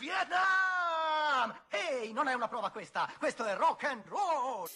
Vietnam! Ehi, non è una prova questa, questo è rock and roll!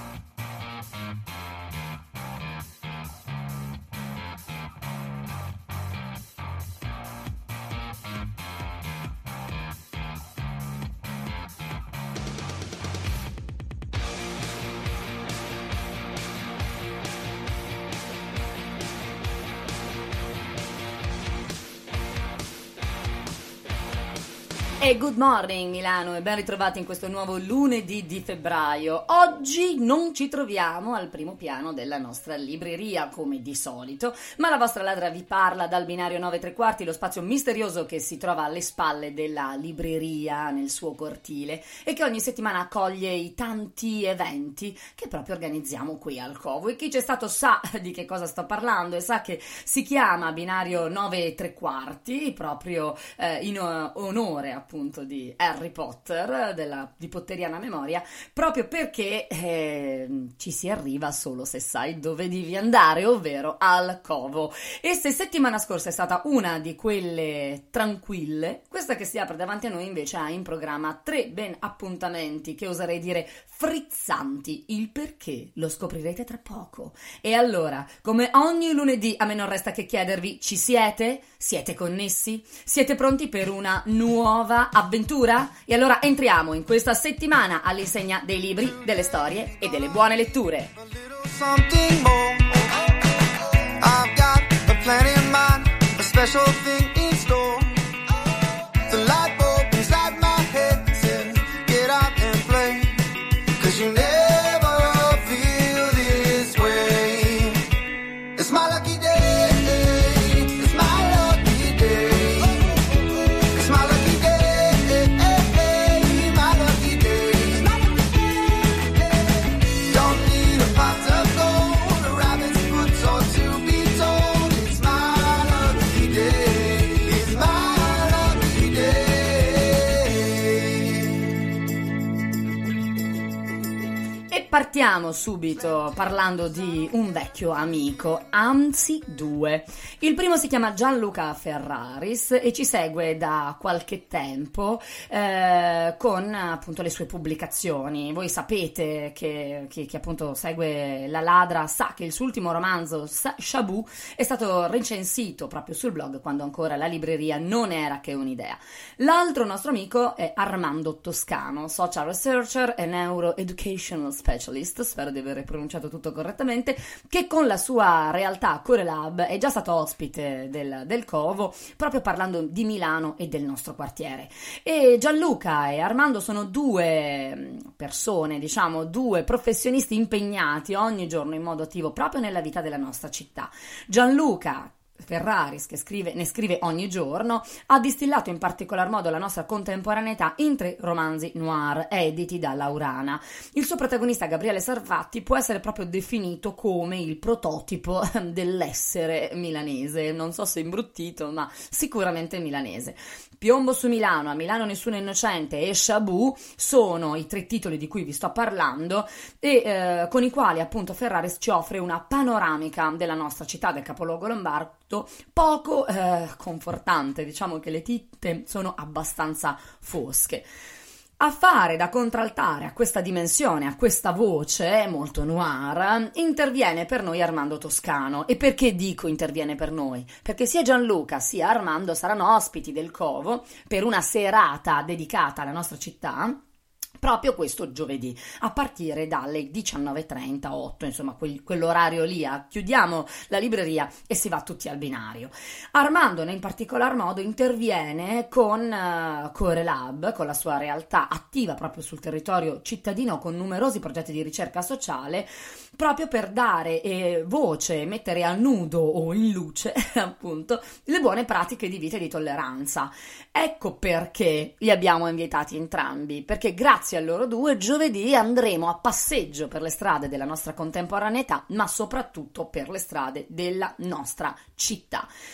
E good morning Milano e ben ritrovati in questo nuovo lunedì di febbraio. Oggi non ci troviamo al primo piano della nostra libreria come di solito, ma la vostra ladra vi parla dal binario 9¾ lo spazio misterioso che si trova alle spalle della libreria nel suo cortile e che ogni settimana accoglie i tanti eventi che proprio organizziamo qui al Covo. E chi c'è stato sa di che cosa sto parlando e sa che si chiama binario 9¾ proprio in onore appunto di Harry Potter, di potteriana memoria, proprio perché ci si arriva solo se sai dove devi andare, ovvero al Covo. E se settimana scorsa è stata una di quelle tranquille, questa che si apre davanti a noi invece ha in programma 3 ben appuntamenti che oserei dire frizzanti. Il perché lo scoprirete tra poco. E allora, come ogni lunedì, a me non resta che chiedervi: ci siete? Siete connessi? Siete pronti per una nuova avventura? E allora entriamo in questa settimana all'insegna dei libri, delle storie e delle buone letture. Partiamo subito parlando di un vecchio amico, anzi 2. Il primo si chiama Gianluca Ferraris e ci segue da qualche tempo con appunto le sue pubblicazioni. Voi sapete che chi appunto segue La Ladra sa che il suo ultimo romanzo, Shaboo, è stato recensito proprio sul blog quando ancora la libreria non era che un'idea. L'altro nostro amico è Armando Toscano, social researcher e neuroeducational specialist, spero di aver pronunciato tutto correttamente, che con la sua realtà Core Lab è già stato ospite del Covo, proprio parlando di Milano e del nostro quartiere. E Gianluca e Armando sono 2 persone, diciamo 2 professionisti impegnati ogni giorno in modo attivo proprio nella vita della nostra città. Gianluca Ferraris, che ne scrive ogni giorno, ha distillato in particolar modo la nostra contemporaneità in 3 romanzi noir editi da Laurana. Il suo protagonista, Gabriele Sarfatti, può essere proprio definito come il prototipo dell'essere milanese, non so se imbruttito, ma sicuramente milanese. Piombo su Milano, A Milano nessuno è innocente e Shaboo sono i 3 titoli di cui vi sto parlando e con i quali appunto Ferraris ci offre una panoramica della nostra città, del capoluogo lombardo, poco confortante. Diciamo che le tipe sono abbastanza fosche. A fare da contraltare a questa dimensione, a questa voce molto noir, interviene per noi Armando Toscano. E perché dico interviene per noi? Perché sia Gianluca sia Armando saranno ospiti del Covo per una serata dedicata alla nostra città, proprio questo giovedì, a partire dalle 19:30, 8, insomma quell'orario lì, chiudiamo la libreria e si va tutti al binario. Armando in particolar modo interviene con Core Lab, con la sua realtà attiva proprio sul territorio cittadino, con numerosi progetti di ricerca sociale, proprio per dare voce, mettere a nudo o in luce appunto le buone pratiche di vita e di tolleranza. Ecco perché li abbiamo invitati entrambi, perché grazie a loro 2 giovedì andremo a passeggio per le strade della nostra contemporaneità, ma soprattutto per le strade della nostra città.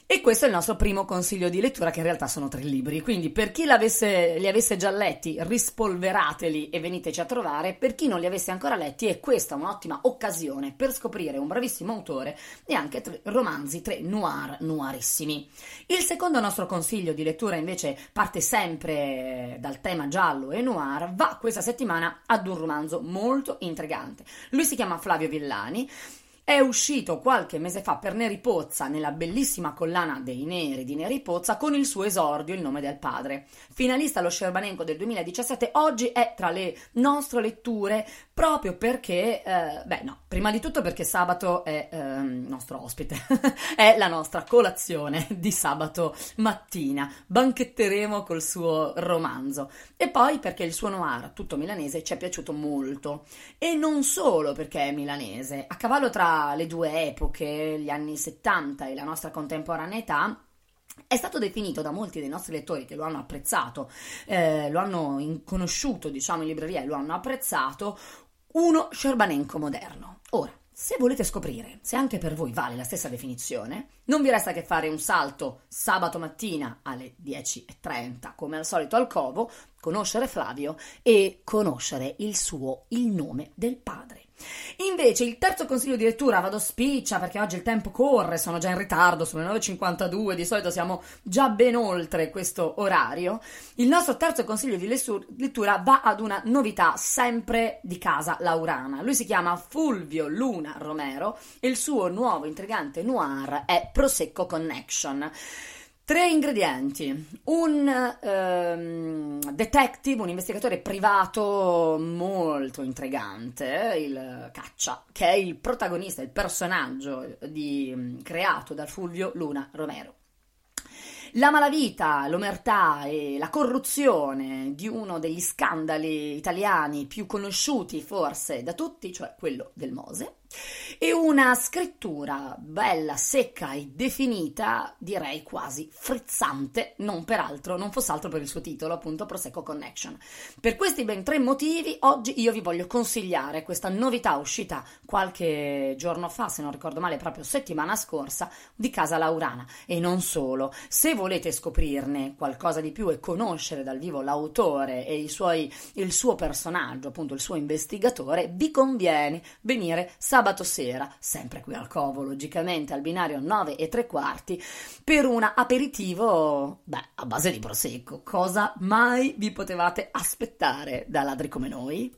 E questo è il nostro primo consiglio di lettura, che in realtà sono 3 libri, quindi per chi li avesse già letti, rispolverateli e veniteci a trovare. Per chi non li avesse ancora letti, è questa un'ottima occasione per scoprire un bravissimo autore e anche 3 romanzi, 3 noirissimi. Il secondo nostro consiglio di lettura invece parte sempre dal tema giallo e noir, va questa settimana ad un romanzo molto intrigante. Lui si chiama Flavio Villani. È uscito qualche mese fa per Neri Pozza, nella bellissima collana dei Neri di Neri Pozza, con il suo esordio Il nome del padre. Finalista allo Scerbanenco del 2017, oggi è tra le nostre letture proprio perché, prima di tutto perché sabato è nostro ospite, è la nostra colazione di sabato mattina, banchetteremo col suo romanzo. E poi perché il suo noir, tutto milanese, ci è piaciuto molto. E non solo perché è milanese, a cavallo tra le 2 epoche, gli anni 70 e la nostra contemporaneità, è stato definito da molti dei nostri lettori che lo hanno apprezzato, lo hanno conosciuto, diciamo, in libreria e lo hanno apprezzato, uno Scerbanenco moderno. Ora, se volete scoprire se anche per voi vale la stessa definizione, non vi resta che fare un salto sabato mattina alle 10:30, come al solito al Covo, conoscere Flavio e conoscere il nome del padre. Invece il terzo consiglio di lettura, vado spiccia perché oggi il tempo corre, sono già in ritardo, sono le 9:52, di solito siamo già ben oltre questo orario. Il nostro terzo consiglio di lettura va ad una novità sempre di casa laurana. Lui si chiama Fulvio Luna Romero e il suo nuovo intrigante noir è Prosecco Connection. 3 ingredienti: un detective, un investigatore privato molto intrigante, il Caccia, che è il protagonista, il personaggio creato da Fulvio Luna Romero. La malavita, l'omertà e la corruzione di uno degli scandali italiani più conosciuti forse da tutti, cioè quello del Mose, e una scrittura bella, secca e definita, direi quasi frizzante, non fosse altro per il suo titolo, appunto Prosecco Connection. Per questi ben 3 motivi, oggi io vi voglio consigliare questa novità uscita qualche giorno fa, se non ricordo male proprio settimana scorsa, di casa laurana. E non solo, se volete scoprirne qualcosa di più e conoscere dal vivo l'autore e il suo personaggio, appunto il suo investigatore, vi conviene venire sabato sera, sempre qui al Covo, logicamente al binario 9:15, per un aperitivo a base di prosecco. Cosa mai vi potevate aspettare da ladri come noi?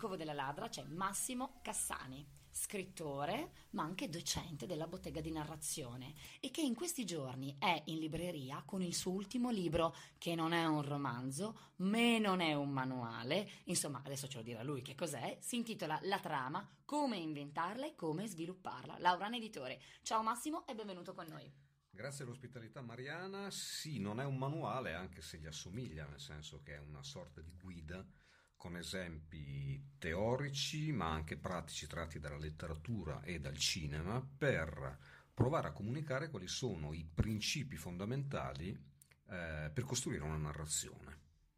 Covo della Ladra c'è Massimo Cassani, scrittore ma anche docente della Bottega di Narrazione, e che in questi giorni è in libreria con il suo ultimo libro, che non è un romanzo, ma non è un manuale, insomma adesso ce lo dirà lui che cos'è. Si intitola La trama, come inventarla e come svilupparla. Laurana Editore. Ciao Massimo e benvenuto con noi. Grazie all'ospitalità Mariana. Sì, non è un manuale, anche se gli assomiglia, nel senso che è una sorta di guida con esempi teorici ma anche pratici tratti dalla letteratura e dal cinema, per provare a comunicare quali sono i principi fondamentali per costruire una narrazione.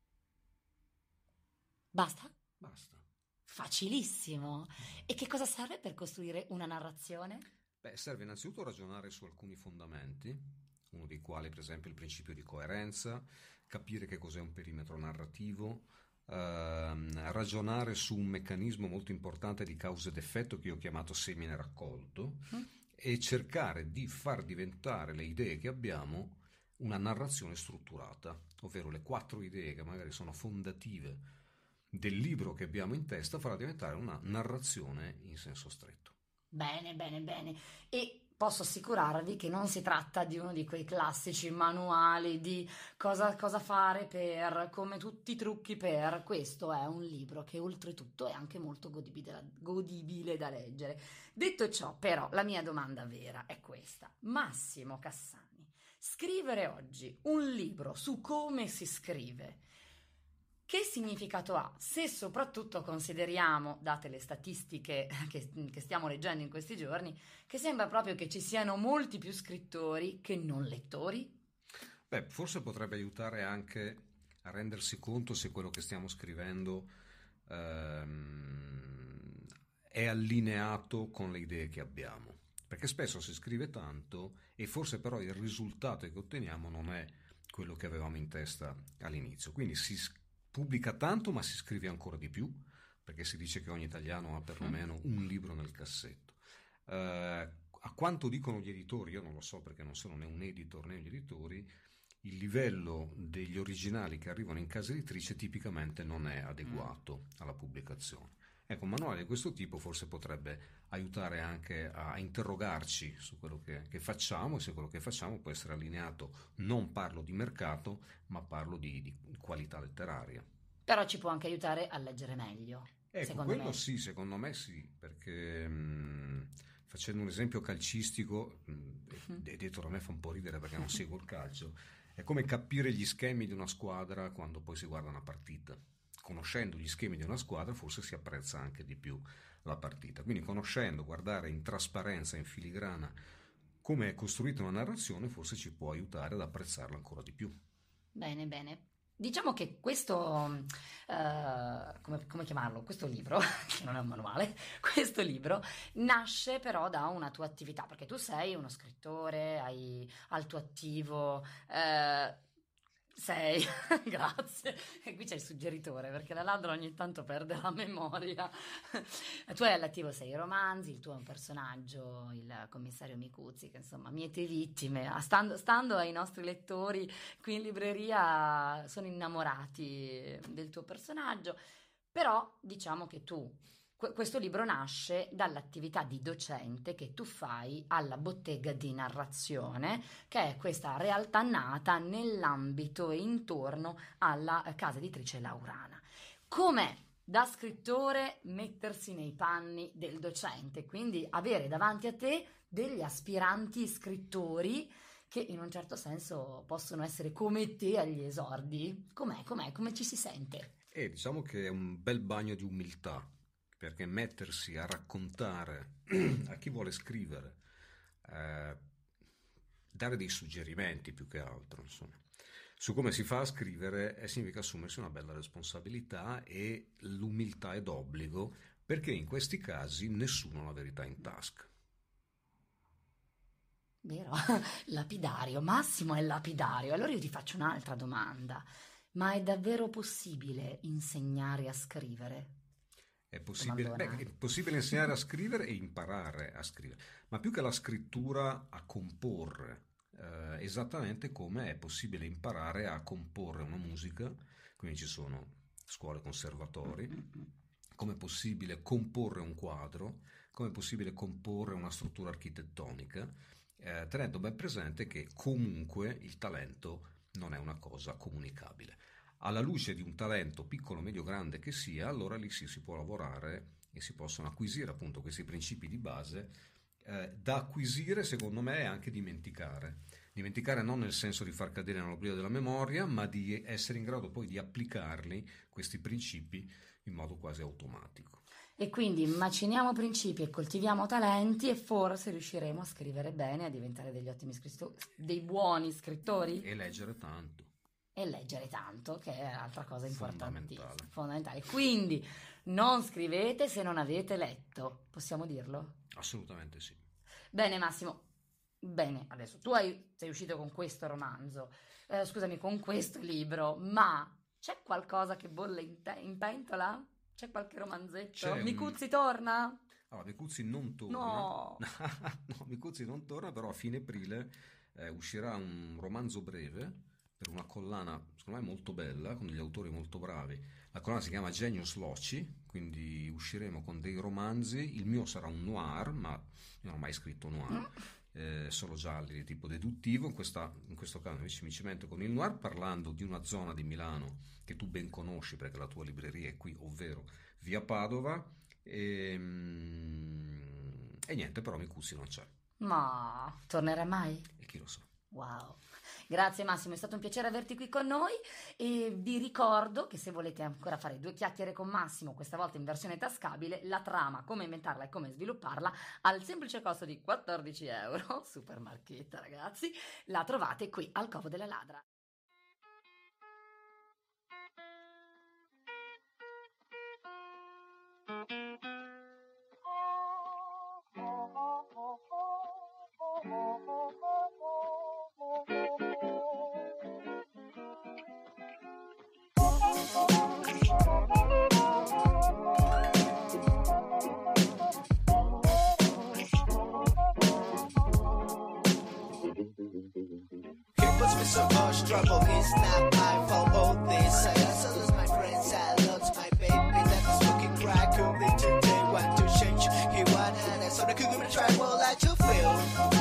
Basta? Basta. Facilissimo. E che cosa serve per costruire una narrazione? Beh, serve innanzitutto a ragionare su alcuni fondamenti, uno dei quali per esempio il principio di coerenza, capire che cos'è un perimetro narrativo, ragionare su un meccanismo molto importante di causa ed effetto che io ho chiamato semine raccolto, e cercare di far diventare le idee che abbiamo una narrazione strutturata, ovvero le 4 idee che magari sono fondative del libro che abbiamo in testa, farà diventare una narrazione in senso stretto. Bene, bene, bene. E posso assicurarvi che non si tratta di uno di quei classici manuali di cosa fare per, come tutti i trucchi per. Questo è un libro che oltretutto è anche molto godibile da leggere. Detto ciò, però, la mia domanda vera è questa. Massimo Cassani, scrivere oggi un libro su come si scrive, che significato ha, se soprattutto consideriamo, date le statistiche che stiamo leggendo in questi giorni, che sembra proprio che ci siano molti più scrittori che non lettori? Beh, forse potrebbe aiutare anche a rendersi conto se quello che stiamo scrivendo è allineato con le idee che abbiamo. Perché spesso si scrive tanto e forse però il risultato che otteniamo non è quello che avevamo in testa all'inizio. Quindi si pubblica tanto ma si scrive ancora di più, perché si dice che ogni italiano ha perlomeno un libro nel cassetto. A quanto dicono gli editori, io non lo so perché non sono né un editor né gli editori, il livello degli originali che arrivano in casa editrice tipicamente non è adeguato alla pubblicazione. Ecco, un manuale di questo tipo forse potrebbe aiutare anche a interrogarci su quello che facciamo, e se quello che facciamo può essere allineato, non parlo di mercato, ma parlo di qualità letteraria. Però ci può anche aiutare a leggere meglio, Ecco, secondo quello me. sì, secondo me sì, perché facendo un esempio calcistico, detto a me fa un po' ridere perché non seguo il calcio, è come capire gli schemi di una squadra quando poi si guarda una partita. Conoscendo gli schemi di una squadra forse si apprezza anche di più la partita. Quindi conoscendo, guardare in trasparenza, in filigrana come è costruita una narrazione, forse ci può aiutare ad apprezzarla ancora di più. Bene, bene. Diciamo che questo, come chiamarlo? Questo libro, che non è un manuale, questo libro nasce però da una tua attività, perché tu sei uno scrittore, hai al tuo attivo, sei, grazie, e qui c'è il suggeritore, perché la ladra ogni tanto perde la memoria. Tu hai all'attivo 6 romanzi, il tuo è un personaggio, il commissario Micuzzi, che insomma miete vittime. Stando ai nostri lettori qui in libreria sono innamorati del tuo personaggio, però diciamo che tu, questo libro nasce dall'attività di docente che tu fai alla Bottega di Narrazione, che è questa realtà nata nell'ambito e intorno alla casa editrice Laurana. Com'è da scrittore mettersi nei panni del docente, quindi avere davanti a te degli aspiranti scrittori che in un certo senso possono essere come te agli esordi? Come ci si sente? E diciamo che è un bel bagno di umiltà, perché mettersi a raccontare a chi vuole scrivere, dare dei suggerimenti più che altro, insomma, su come si fa a scrivere, significa assumersi una bella responsabilità, e l'umiltà è d'obbligo, perché in questi casi nessuno ha la verità in tasca. Vero? Lapidario, Massimo è lapidario. Allora io ti faccio un'altra domanda. Ma è davvero possibile insegnare a scrivere? È possibile insegnare a scrivere e imparare a scrivere, ma più che la scrittura, a comporre, esattamente come è possibile imparare a comporre una musica. Quindi ci sono scuole, conservatori, come è possibile comporre un quadro, come è possibile comporre una struttura architettonica, tenendo ben presente che comunque il talento non è una cosa comunicabile. Alla luce di un talento piccolo, medio, grande che sia, allora lì si può lavorare e si possono acquisire appunto questi principi di base da acquisire, secondo me, e anche dimenticare. Dimenticare non nel senso di far cadere nell'oblio della memoria, ma di essere in grado poi di applicarli, questi principi, in modo quasi automatico. E quindi maciniamo principi e coltiviamo talenti e forse riusciremo a scrivere bene, a diventare degli ottimi scrittori, dei buoni scrittori. E leggere tanto. E leggere tanto, che è un'altra cosa importantissima, Fondamentale. fondamentale. Quindi non scrivete se non avete letto, possiamo dirlo? Assolutamente sì. Bene Massimo, bene, adesso tu sei uscito con questo romanzo, con questo libro, ma c'è qualcosa che bolle in pentola? C'è qualche romanzetto? Micuzzi torna? Allora, Micuzzi non torna. No. No, Micuzzi non torna, però a fine aprile uscirà un romanzo breve per una collana, secondo me molto bella, con degli autori molto bravi. La collana si chiama Genius Loci, quindi usciremo con dei romanzi. Il mio sarà un noir, ma io non ho mai scritto noir, solo gialli di tipo deduttivo. In questo caso invece mi cimento con il noir, parlando di una zona di Milano che tu ben conosci perché la tua libreria è qui, ovvero via Padova, e niente, però Micuzzi non c'è. Ma tornerà mai? E chi lo sa. Wow. Grazie Massimo, è stato un piacere averti qui con noi e vi ricordo che se volete ancora fare 2 chiacchiere con Massimo, questa volta in versione tascabile, la trama, come inventarla e come svilupparla, al semplice costo di 14 euro, super marchetta ragazzi, la trovate qui al Covo della Ladra. So much trouble, it's not my fault, all this I also lose my friends, I lost my baby that is smoking crack, only today want to change he wanted, so I couldn't try what I to feel.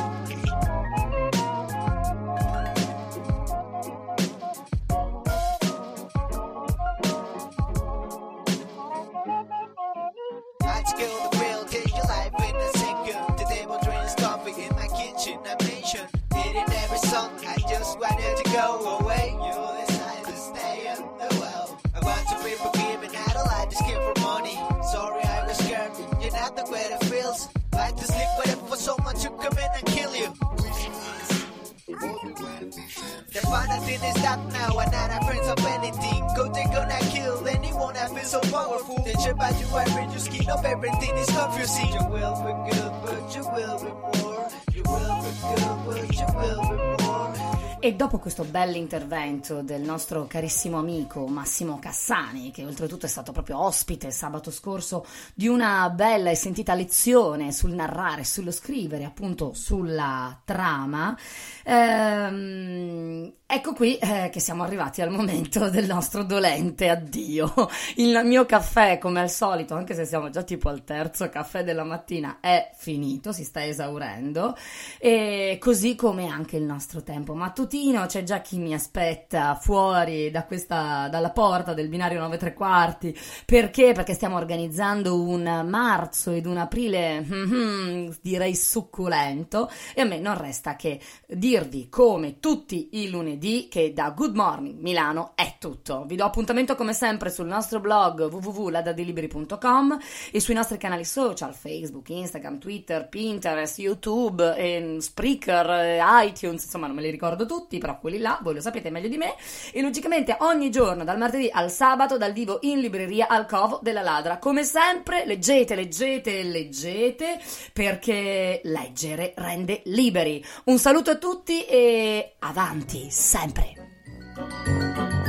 I'd skill the real, take your life in a second. The table drinks coffee in my kitchen, I mentioned eating every song, I just wanted to go away. You decided to stay in the well. I want to be forgiven, I don't like to skip for money. Sorry, I was scared, you're not the way it feels. Like to sleep with it for someone to come in and kill you. The final thing is that now I'm not afraid of anything. Cause they're gonna kill anyone that feels so powerful. They trip by you, I read your skin up, everything is confusing. You will be good, but you will be more. You will be good, but you will be more. E dopo questo bell'intervento del nostro carissimo amico Massimo Cassani, che oltretutto è stato proprio ospite sabato scorso di una bella e sentita lezione sul narrare, sullo scrivere, appunto sulla trama, ecco qui che siamo arrivati al momento del nostro dolente addio. Il mio caffè, come al solito, anche se siamo già tipo al terzo caffè della mattina, è finito, si sta esaurendo, e così come anche il nostro tempo mattutino. C'è già chi mi aspetta fuori dalla porta del binario 9 3/4. Perché stiamo organizzando un marzo ed un aprile direi succulento, e a me non resta che dirvi, come tutti i lunedì, che da Good Morning Milano è tutto. Vi do appuntamento come sempre sul nostro blog www.ladadiliberi.com e sui nostri canali social Facebook, Instagram, Twitter, Pinterest, YouTube, Spreaker, iTunes, insomma non me li ricordo tutti, però quelli là voi lo sapete meglio di me. E logicamente ogni giorno dal martedì al sabato dal vivo in libreria al Covo della Ladra. Come sempre leggete, perché leggere rende liberi. Un saluto a tutti e avanti sempre.